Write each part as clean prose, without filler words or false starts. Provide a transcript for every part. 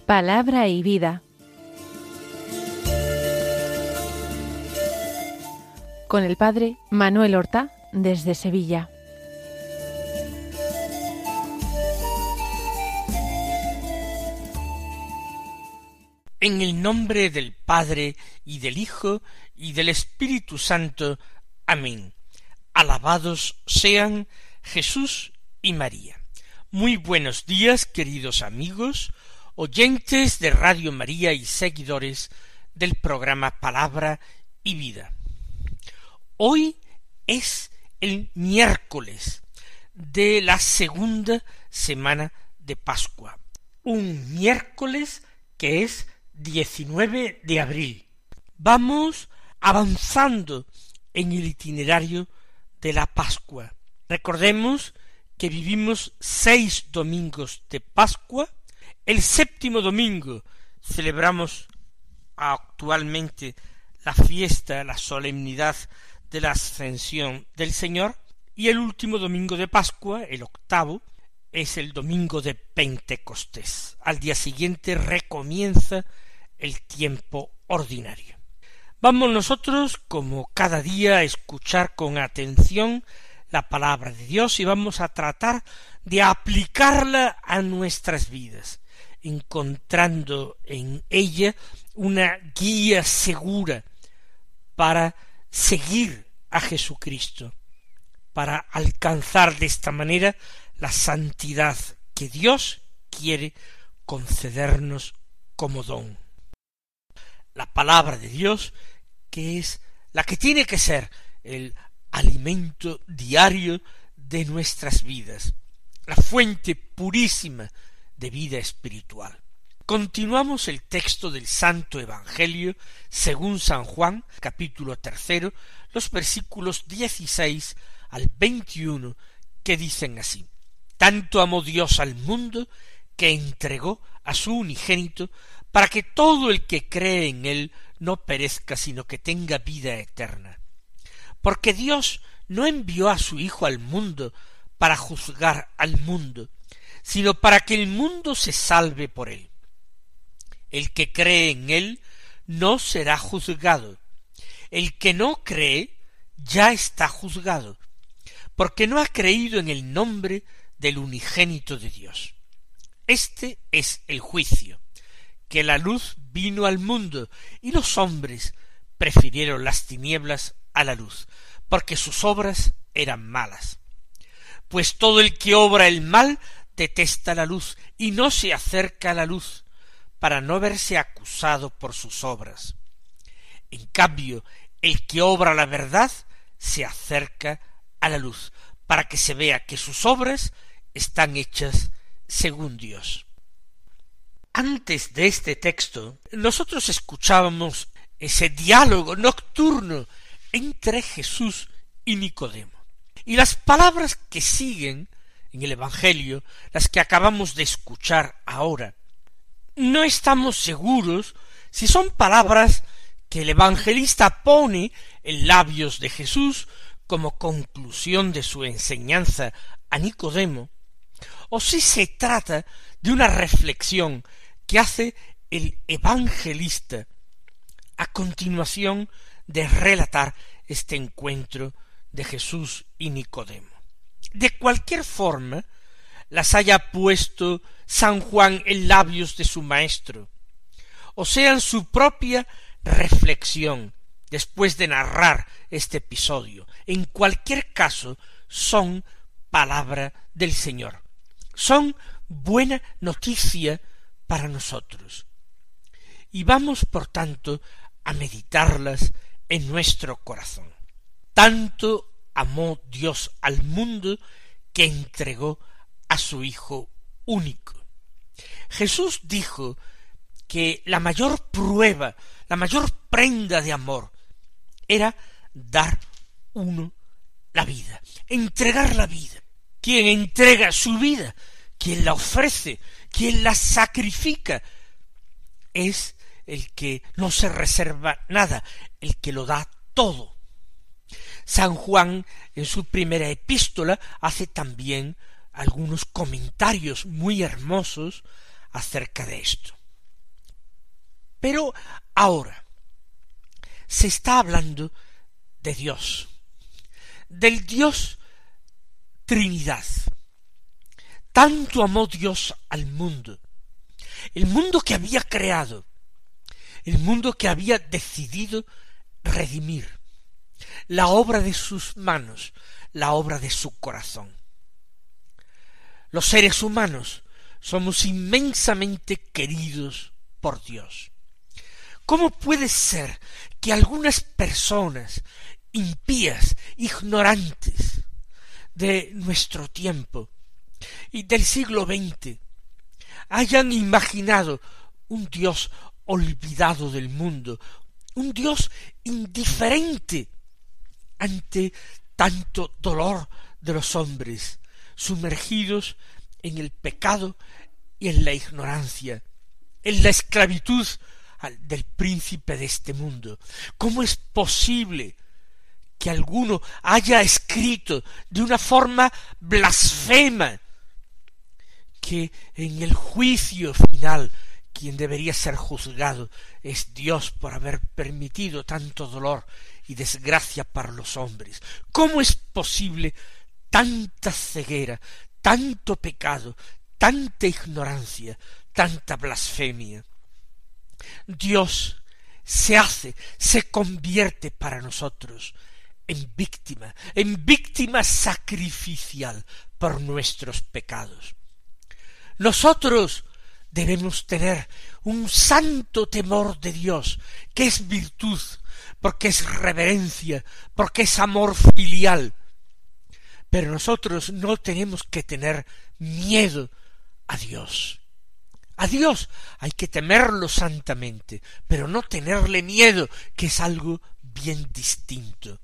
Palabra y vida. Con el padre Manuel Horta, desde Sevilla. En el nombre del Padre, y del Hijo, y del Espíritu Santo. Amén. Alabados sean Jesús y María. Muy buenos días, queridos amigos, oyentes de Radio María y seguidores del programa Palabra y Vida. Hoy es el miércoles de la segunda semana de Pascua. Un miércoles que es 19 de abril. Vamos avanzando en el itinerario de la Pascua. Recordemos que vivimos 6 domingos de Pascua. El séptimo domingo celebramos actualmente la fiesta, la solemnidad de la Ascensión del Señor, y el último domingo de Pascua, el octavo, es el domingo de Pentecostés. Al día siguiente recomienza el tiempo ordinario. Vamos nosotros, como cada día, a escuchar con atención la palabra de Dios y vamos a tratar de aplicarla a nuestras vidas, encontrando en ella una guía segura para seguir a Jesucristo, para alcanzar de esta manera la santidad que Dios quiere concedernos como don. La palabra de Dios, que es la que tiene que ser el alimento diario de nuestras vidas, la fuente purísima de vida espiritual. Continuamos el texto del Santo Evangelio según San Juan, capítulo 3, los versículos 16 al 21, que dicen así: Tanto amó Dios al mundo, que entregó a su unigénito, para que todo el que cree en él no perezca, sino que tenga vida eterna. Porque Dios no envió a su Hijo al mundo para juzgar al mundo, sino para que el mundo se salve por él. El que cree en él no será juzgado. El que no cree ya está juzgado, porque no ha creído en el nombre del unigénito de Dios. Este es el juicio, que la luz vino al mundo, y los hombres prefirieron las tinieblas a la luz, porque sus obras eran malas. Pues todo el que obra el mal detesta la luz, y no se acerca a la luz, para no verse acusado por sus obras. En cambio, el que obra la verdad se acerca a la luz, para que se vea que sus obras están hechas según Dios. Antes de este texto, nosotros escuchábamos ese diálogo nocturno entre Jesús y Nicodemo. Y las palabras que siguen en el Evangelio, las que acabamos de escuchar ahora, no estamos seguros si son palabras que el evangelista pone en labios de Jesús como conclusión de su enseñanza a Nicodemo, o si se trata de una reflexión que hace el evangelista a continuación de relatar este encuentro de Jesús y Nicodemo. De cualquier forma, las haya puesto San Juan en labios de su maestro, o sean su propia reflexión después de narrar este episodio, en cualquier caso son palabra del Señor, son buena noticia para nosotros, y vamos por tanto a meditarlas en nuestro corazón. Tanto amó Dios al mundo que entregó a su Hijo único. Jesús dijo que la mayor prueba, la mayor prenda de amor era dar uno la vida, entregar la vida. Quien entrega su vida, quien la ofrece, quien la sacrifica, es el que no se reserva nada, el que lo da todo. San Juan, en su primera epístola, hace también algunos comentarios muy hermosos acerca de esto. Pero ahora se está hablando de Dios, del Dios Trinidad. Tanto amó Dios al mundo, el mundo que había creado, el mundo que había decidido redimir, la obra de sus manos, la obra de su corazón. Los seres humanos somos inmensamente queridos por Dios. ¿Cómo puede ser que algunas personas impías, ignorantes de nuestro tiempo y del siglo XX hayan imaginado un Dios olvidado del mundo, un Dios indiferente ante tanto dolor de los hombres, sumergidos en el pecado y en la ignorancia, en la esclavitud del príncipe de este mundo? ¿Cómo es posible que alguno haya escrito de una forma blasfema que en el juicio final quien debería ser juzgado es Dios por haber permitido tanto dolor y desgracia para los hombres? ¿Cómo es posible tanta ceguera, tanto pecado, tanta ignorancia, tanta blasfemia? Dios se convierte para nosotros en víctima sacrificial por nuestros pecados. Nosotros debemos tener un santo temor de Dios, que es virtud, porque es reverencia, porque es amor filial. Pero nosotros no tenemos que tener miedo a Dios. A Dios hay que temerlo santamente, pero no tenerle miedo, que es algo bien distinto.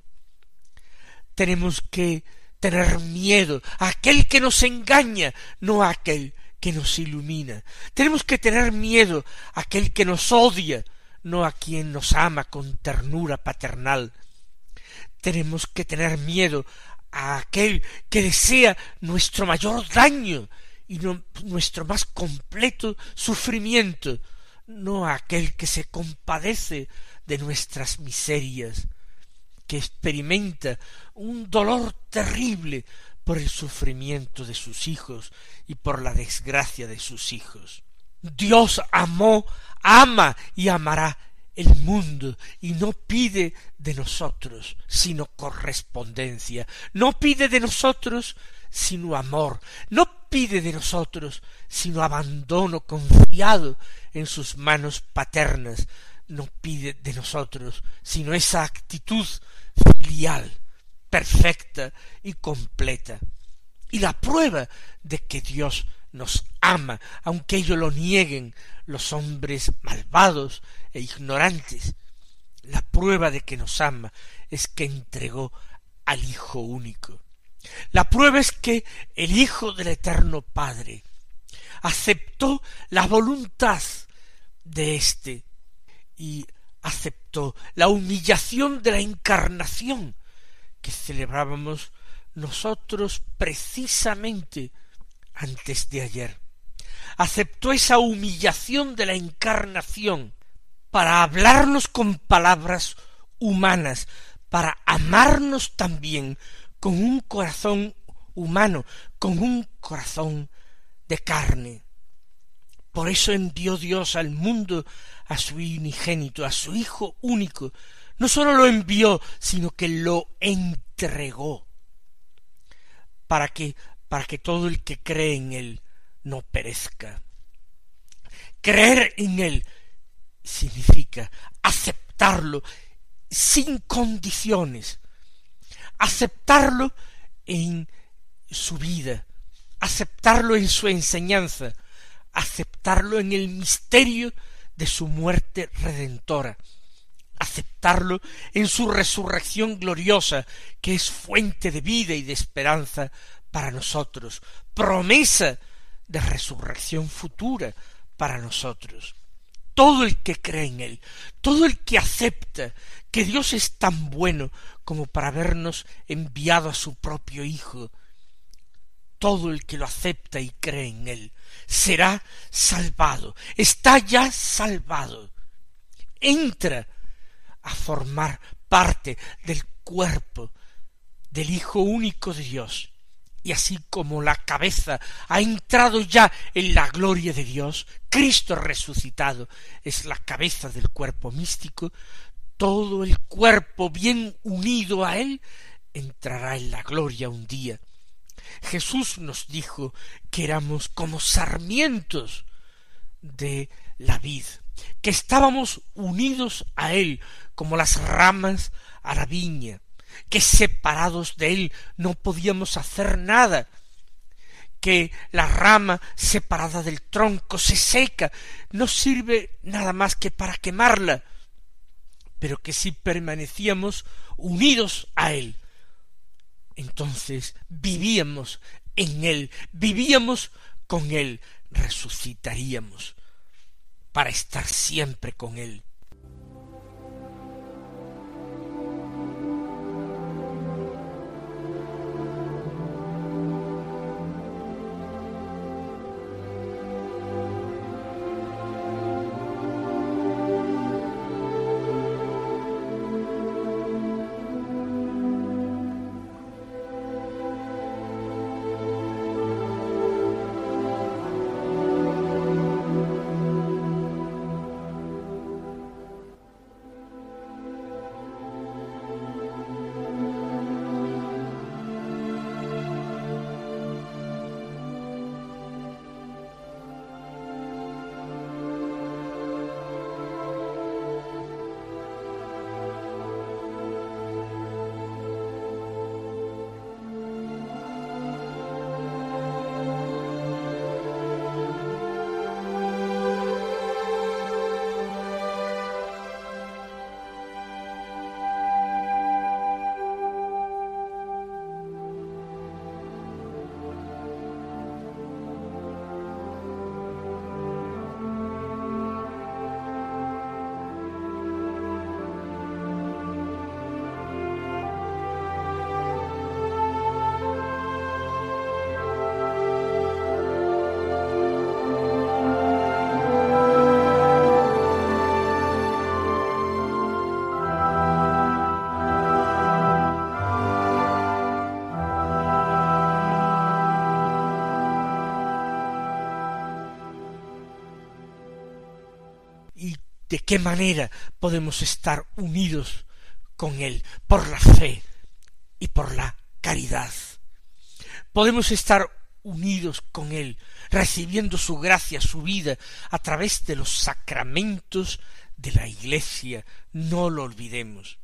Tenemos que tener miedo a aquel que nos engaña, no a aquel que nos ilumina. Tenemos que tener miedo a aquel que nos odia, no a quien nos ama con ternura paternal. Tenemos que tener miedo a aquel que desea nuestro mayor daño y nuestro más completo sufrimiento, no a aquel que se compadece de nuestras miserias, que experimenta un dolor terrible por el sufrimiento de sus hijos y por la desgracia de sus hijos. Dios amó, ama y amará el mundo, y no pide de nosotros sino correspondencia, no pide de nosotros sino amor, no pide de nosotros sino abandono confiado en sus manos paternas, no pide de nosotros sino esa actitud filial, perfecta y completa. Y la prueba de que Dios nos ama, aunque ello lo nieguen los hombres malvados e ignorantes, la prueba de que nos ama es que entregó al Hijo único. La prueba es que el Hijo del Eterno Padre aceptó la voluntad de éste y aceptó la humillación de la encarnación que celebrábamos nosotros precisamente antes de ayer. Aceptó esa humillación de la encarnación para hablarnos con palabras humanas, para amarnos también con un corazón humano, con un corazón de carne. Por eso envió Dios al mundo a su unigénito, a su Hijo único. No sólo lo envió, sino que lo entregó, para que todo el que cree en él no perezca. Creer en él significa aceptarlo sin condiciones, aceptarlo en su vida, aceptarlo en su enseñanza, aceptarlo en el misterio de su muerte redentora, aceptarlo en su resurrección gloriosa, que es fuente de vida y de esperanza para nosotros, promesa de resurrección futura para nosotros. Todo el que cree en él, todo el que acepta que Dios es tan bueno como para habernos enviado a su propio Hijo, todo el que lo acepta y cree en él será salvado, está ya salvado. entra a formar parte del cuerpo del Hijo único de Dios. Y así como la cabeza ha entrado ya en la gloria de Dios, Cristo resucitado es la cabeza del cuerpo místico, todo el cuerpo bien unido a Él entrará en la gloria un día. Jesús nos dijo que éramos como sarmientos de la vid, que estábamos unidos a Él como las ramas a la viña, que separados de Él no podíamos hacer nada, que la rama separada del tronco se seca, no sirve nada más que para quemarla, pero que si permanecíamos unidos a Él, entonces vivíamos en Él, vivíamos con Él, resucitaríamos para estar siempre con Él. ¿De qué manera podemos estar unidos con Él? Por la fe y por la caridad. Podemos estar unidos con Él, recibiendo su gracia, su vida, a través de los sacramentos de la Iglesia. No lo olvidemos.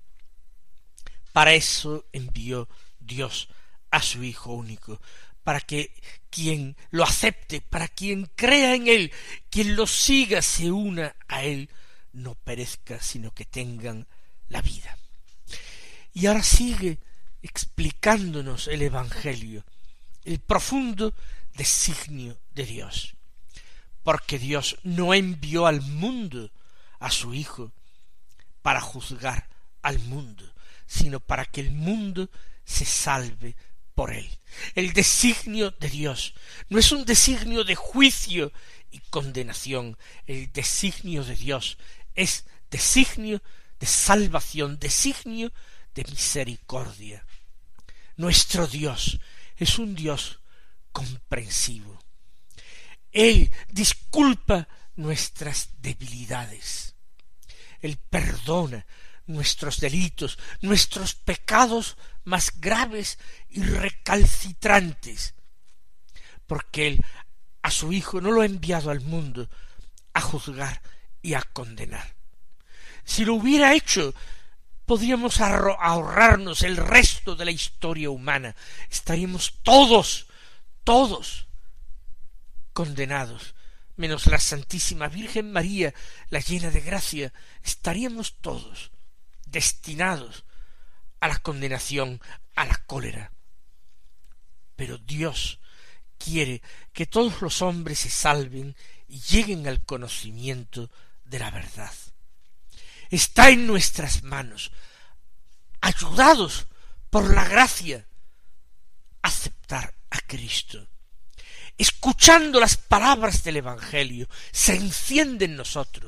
Para eso envió Dios a su Hijo único, para que quien lo acepte, para quien crea en Él, quien lo siga, se una a Él, no perezca, sino que tengan la vida. Y ahora sigue explicándonos el Evangelio, el profundo designio de Dios, porque Dios no envió al mundo a su Hijo para juzgar al mundo, sino para que el mundo se salve por Él. El designio de Dios no es un designio de juicio y condenación. El designio de Dios es designio de salvación, designio de misericordia. Nuestro Dios es un Dios comprensivo. Él disculpa nuestras debilidades. Él perdona nuestros delitos, nuestros pecados más graves y recalcitrantes, porque Él a su Hijo no lo ha enviado al mundo a juzgar y a condenar. Si lo hubiera hecho, podríamos ahorrarnos el resto de la historia humana. Estaríamos todos condenados, menos la Santísima Virgen María, la llena de gracia. Estaríamos todos destinados a la condenación, a la cólera. Pero Dios quiere que todos los hombres se salven y lleguen al conocimiento de la verdad. Está en nuestras manos, ayudados por la gracia, aceptar a Cristo. Escuchando las palabras del Evangelio, se enciende en nosotros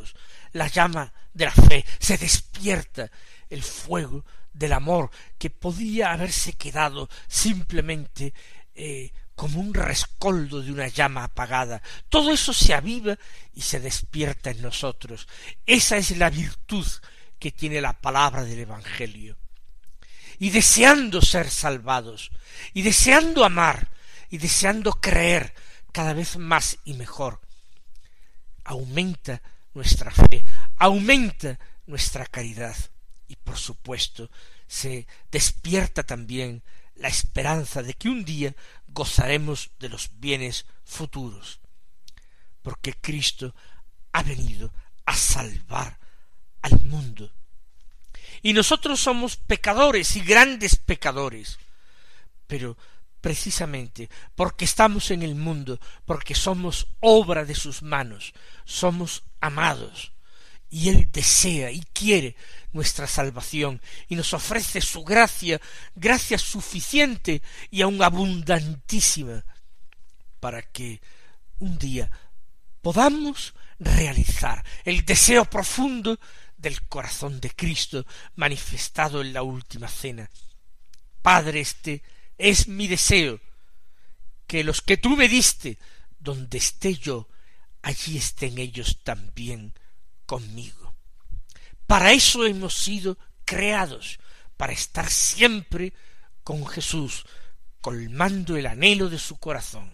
la llama de la fe, se despierta el fuego del amor que podía haberse quedado simplemente como un rescoldo de una llama apagada. Todo eso se aviva y se despierta en nosotros. Esa es la virtud que tiene la palabra del Evangelio. Y deseando ser salvados, y deseando amar, y deseando creer cada vez más y mejor, aumenta nuestra fe, aumenta nuestra caridad, y por supuesto se despierta también la esperanza de que un día gozaremos de los bienes futuros, porque Cristo ha venido a salvar al mundo. Y nosotros somos pecadores y grandes pecadores, pero precisamente porque estamos en el mundo, porque somos obra de sus manos, somos amados, y Él desea y quiere nuestra salvación, y nos ofrece su gracia, gracia suficiente y aun abundantísima, para que un día podamos realizar el deseo profundo del corazón de Cristo manifestado en la última cena. Padre, este es mi deseo, que los que tú me diste, donde esté yo, allí estén ellos también conmigo. Para eso hemos sido creados, para estar siempre con Jesús, colmando el anhelo de su corazón.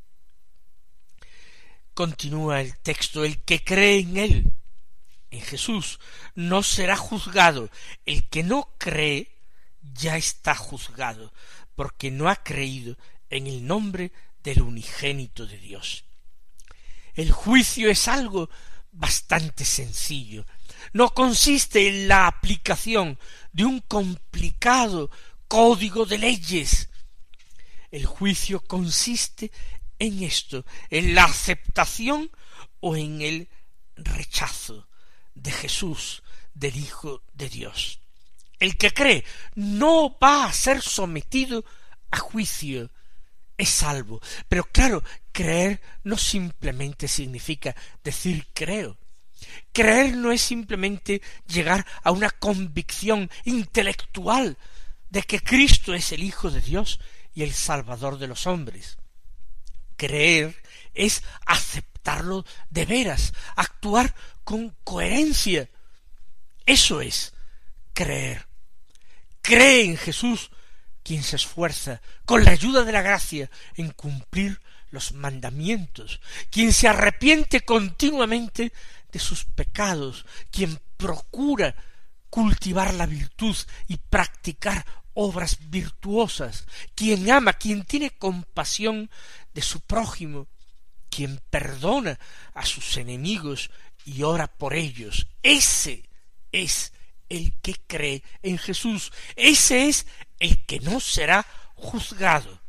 Continúa el texto: el que cree en Él, en Jesús, no será juzgado. El que no cree ya está juzgado, porque no ha creído en el nombre del unigénito de Dios. El juicio es algo bastante sencillo. No consiste en la aplicación de un complicado código de leyes. El juicio consiste en esto, en la aceptación o en el rechazo de Jesús, del Hijo de Dios. El que cree no va a ser sometido a juicio, es salvo. Pero claro, creer no simplemente significa decir creo. Creer no es simplemente llegar a una convicción intelectual de que Cristo es el Hijo de Dios y el Salvador de los hombres. Creer es aceptarlo de veras, actuar con coherencia. Eso es creer. Cree en Jesús, quien se esfuerza, con la ayuda de la gracia, en cumplir los mandamientos, quien se arrepiente continuamente de sus pecados, quien procura cultivar la virtud y practicar obras virtuosas, quien ama, quien tiene compasión de su prójimo, quien perdona a sus enemigos y ora por ellos. Ese es el que cree en Jesús, ese es el que no será juzgado.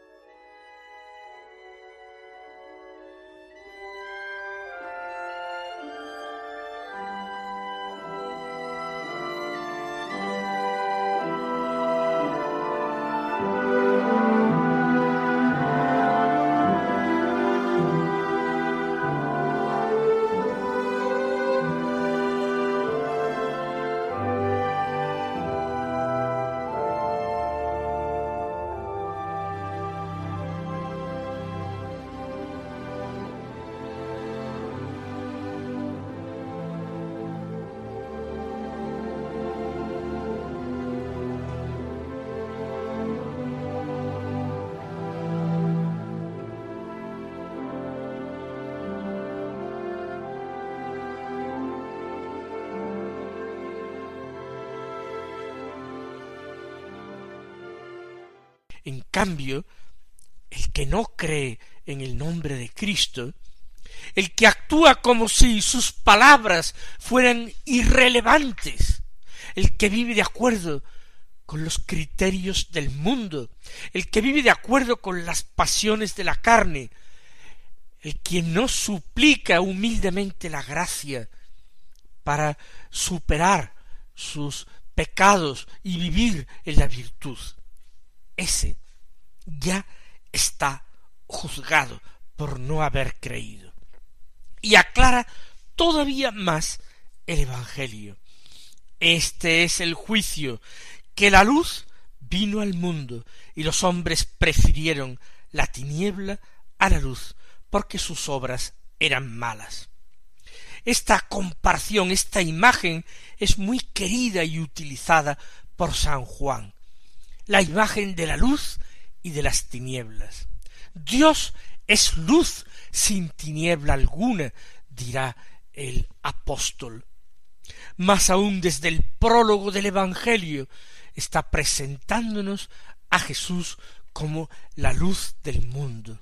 En cambio, el que no cree en el nombre de Cristo, el que actúa como si sus palabras fueran irrelevantes, el que vive de acuerdo con los criterios del mundo, el que vive de acuerdo con las pasiones de la carne, el que no suplica humildemente la gracia para superar sus pecados y vivir en la virtud, ese ya está juzgado por no haber creído. Y aclara todavía más el Evangelio. Este es el juicio, que la luz vino al mundo y los hombres prefirieron la tiniebla a la luz, porque sus obras eran malas. Esta comparación, esta imagen es muy querida y utilizada por San Juan, la imagen de la luz y de las tinieblas. Dios es luz sin tiniebla alguna, dirá el apóstol. Más aún desde el prólogo del Evangelio está presentándonos a Jesús como la luz del mundo.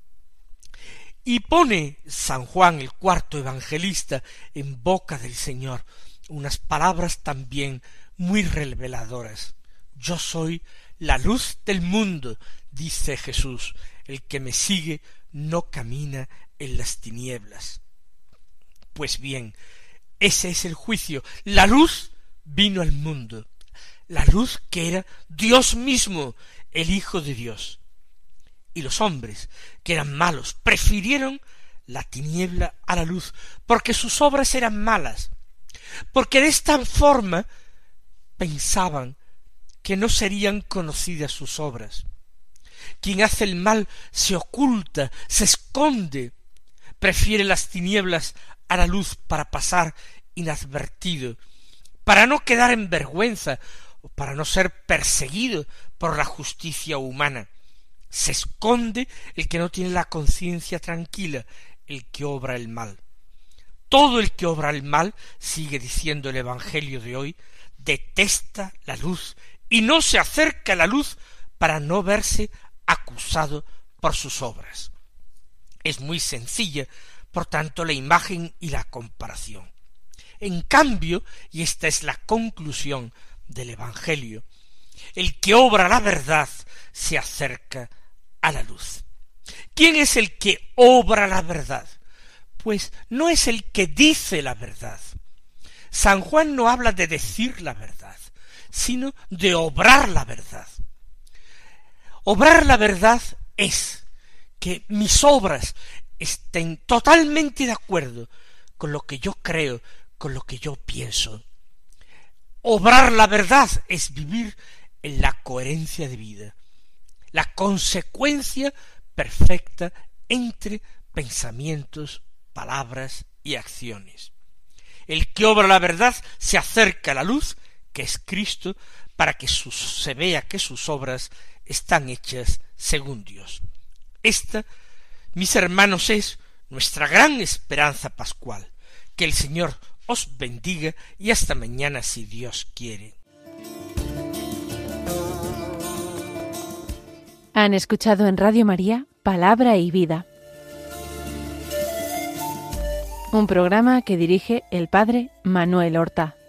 Y pone San Juan, el cuarto evangelista, en boca del Señor unas palabras también muy reveladoras. Yo soy la luz del mundo, dice Jesús, el que me sigue no camina en las tinieblas. Pues bien, ese es el juicio. La luz vino al mundo, la luz que era Dios mismo, el Hijo de Dios. Y los hombres, que eran malos, prefirieron la tiniebla a la luz, porque sus obras eran malas, porque de esta forma pensaban que no serían conocidas sus obras. Quien hace el mal se oculta, se esconde, prefiere las tinieblas a la luz para pasar inadvertido, para no quedar en vergüenza o para no ser perseguido por la justicia humana. Se esconde el que no tiene la conciencia tranquila, el que obra el mal. Todo el que obra el mal, sigue diciendo el Evangelio de hoy, detesta la luz y no se acerca a la luz para no verse acusado por sus obras. Es muy sencilla, por tanto, la imagen y la comparación. En cambio, y esta es la conclusión del Evangelio, el que obra la verdad se acerca a la luz. ¿Quién es el que obra la verdad? Pues no es el que dice la verdad. San Juan no habla de decir la verdad, sino de obrar la verdad. Obrar la verdad es que mis obras estén totalmente de acuerdo con lo que yo creo, con lo que yo pienso. Obrar la verdad es vivir en la coherencia de vida, la consecuencia perfecta entre pensamientos, palabras y acciones. El que obra la verdad se acerca a la luz, que es Cristo, para que se vea que sus obras están hechas según Dios. Esta, mis hermanos, es nuestra gran esperanza pascual. Que el Señor os bendiga y hasta mañana si Dios quiere. Han escuchado en Radio María Palabra y Vida, un programa que dirige el Padre Manuel Horta.